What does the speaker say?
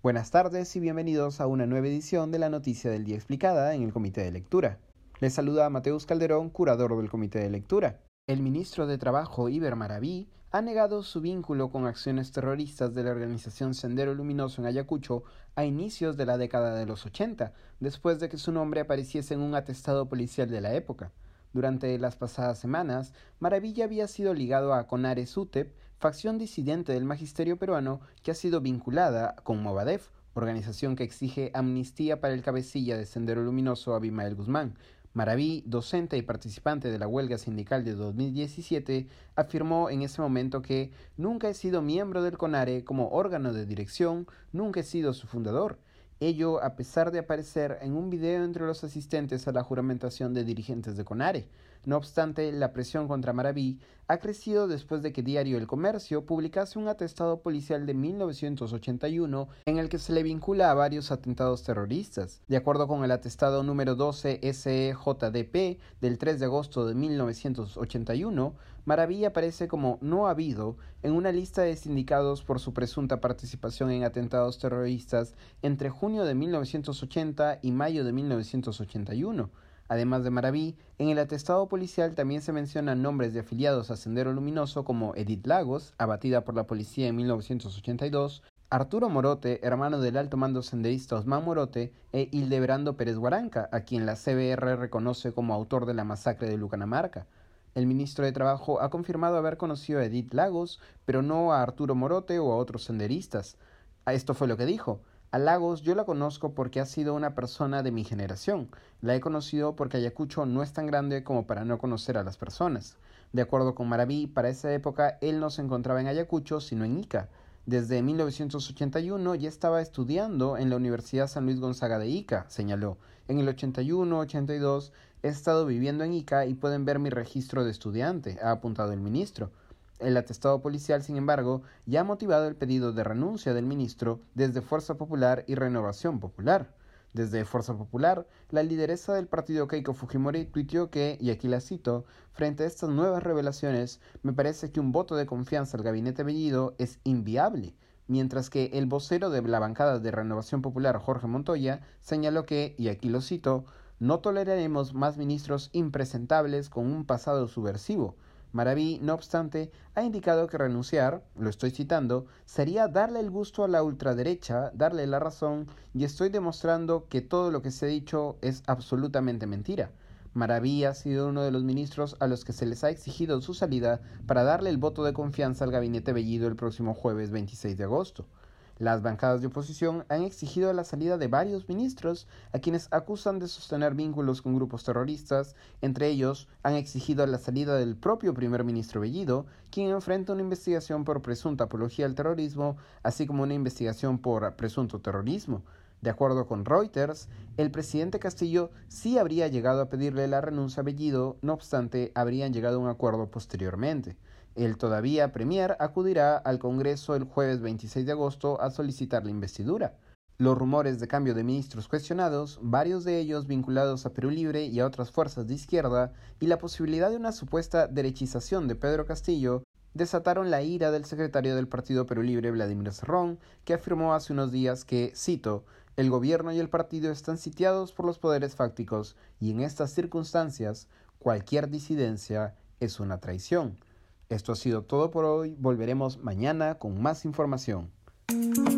Buenas tardes y bienvenidos a una nueva edición de la Noticia del Día Explicada en el Comité de Lectura. Les saluda Mateus Calderón, curador del Comité de Lectura. El ministro de Trabajo, Iber Maraví, ha negado su vínculo con acciones terroristas de la organización Sendero Luminoso en Ayacucho a inicios de la década de los 80, después de que su nombre apareciese en un atestado policial de la época. Durante las pasadas semanas, Maraví ya había sido ligado a CONARE-SUTEP, facción disidente del magisterio peruano que ha sido vinculada con Movadef, organización que exige amnistía para el cabecilla de Sendero Luminoso, Abimael Guzmán. Maraví, docente y participante de la huelga sindical de 2017, afirmó en ese momento que nunca he sido miembro del CONARE como órgano de dirección, nunca he sido su fundador. Ello a pesar de aparecer en un video entre los asistentes a la juramentación de dirigentes de CONARE. No obstante, la presión contra Maraví ha crecido después de que Diario El Comercio publicase un atestado policial de 1981 en el que se le vincula a varios atentados terroristas. De acuerdo con el atestado número 12 SEJDP del 3 de agosto de 1981, Maraví aparece como no habido en una lista de sindicados por su presunta participación en atentados terroristas entre junio de 1980 y mayo de 1981. Además de Maraví, en el atestado policial también se mencionan nombres de afiliados a Sendero Luminoso como Edith Lagos, abatida por la policía en 1982, Arturo Morote, hermano del alto mando senderista Osman Morote, e Hildebrando Pérez Guaranca, a quien la CBR reconoce como autor de la masacre de Lucanamarca. El ministro de Trabajo ha confirmado haber conocido a Edith Lagos, pero no a Arturo Morote o a otros senderistas. Esto fue lo que dijo. A Lagos yo la conozco porque ha sido una persona de mi generación. La he conocido porque Ayacucho no es tan grande como para no conocer a las personas. De acuerdo con Maraví, para esa época él no se encontraba en Ayacucho, sino en Ica. Desde 1981 ya estaba estudiando en la Universidad San Luis Gonzaga de Ica, señaló. En el 81-82 he estado viviendo en Ica y pueden ver mi registro de estudiante, ha apuntado el ministro. El atestado policial, sin embargo, ya ha motivado el pedido de renuncia del ministro desde Fuerza Popular y Renovación Popular. Desde Fuerza Popular, la lideresa del partido Keiko Fujimori tuiteó que, y aquí la cito, frente a estas nuevas revelaciones, me parece que un voto de confianza al gabinete Bellido es inviable, mientras que el vocero de la bancada de Renovación Popular, Jorge Montoya, señaló que, y aquí lo cito, no toleraremos más ministros impresentables con un pasado subversivo. Maraví, no obstante, ha indicado que renunciar, lo estoy citando, sería darle el gusto a la ultraderecha, darle la razón, y estoy demostrando que todo lo que se ha dicho es absolutamente mentira. Maraví ha sido uno de los ministros a los que se les ha exigido su salida para darle el voto de confianza al gabinete Bellido el próximo jueves 26 de agosto. Las bancadas de oposición han exigido la salida de varios ministros a quienes acusan de sostener vínculos con grupos terroristas. Entre ellos, han exigido la salida del propio primer ministro Bellido, quien enfrenta una investigación por presunta apología al terrorismo, así como una investigación por presunto terrorismo. De acuerdo con Reuters, el presidente Castillo sí habría llegado a pedirle la renuncia a Bellido, no obstante, habrían llegado a un acuerdo posteriormente. El todavía premier acudirá al Congreso el jueves 26 de agosto a solicitar la investidura. Los rumores de cambio de ministros cuestionados, varios de ellos vinculados a Perú Libre y a otras fuerzas de izquierda, y la posibilidad de una supuesta derechización de Pedro Castillo, desataron la ira del secretario del Partido Perú Libre, Vladimir Cerrón, que afirmó hace unos días que, cito, el gobierno y el partido están sitiados por los poderes fácticos y en estas circunstancias cualquier disidencia es una traición. Esto ha sido todo por hoy, volveremos mañana con más información.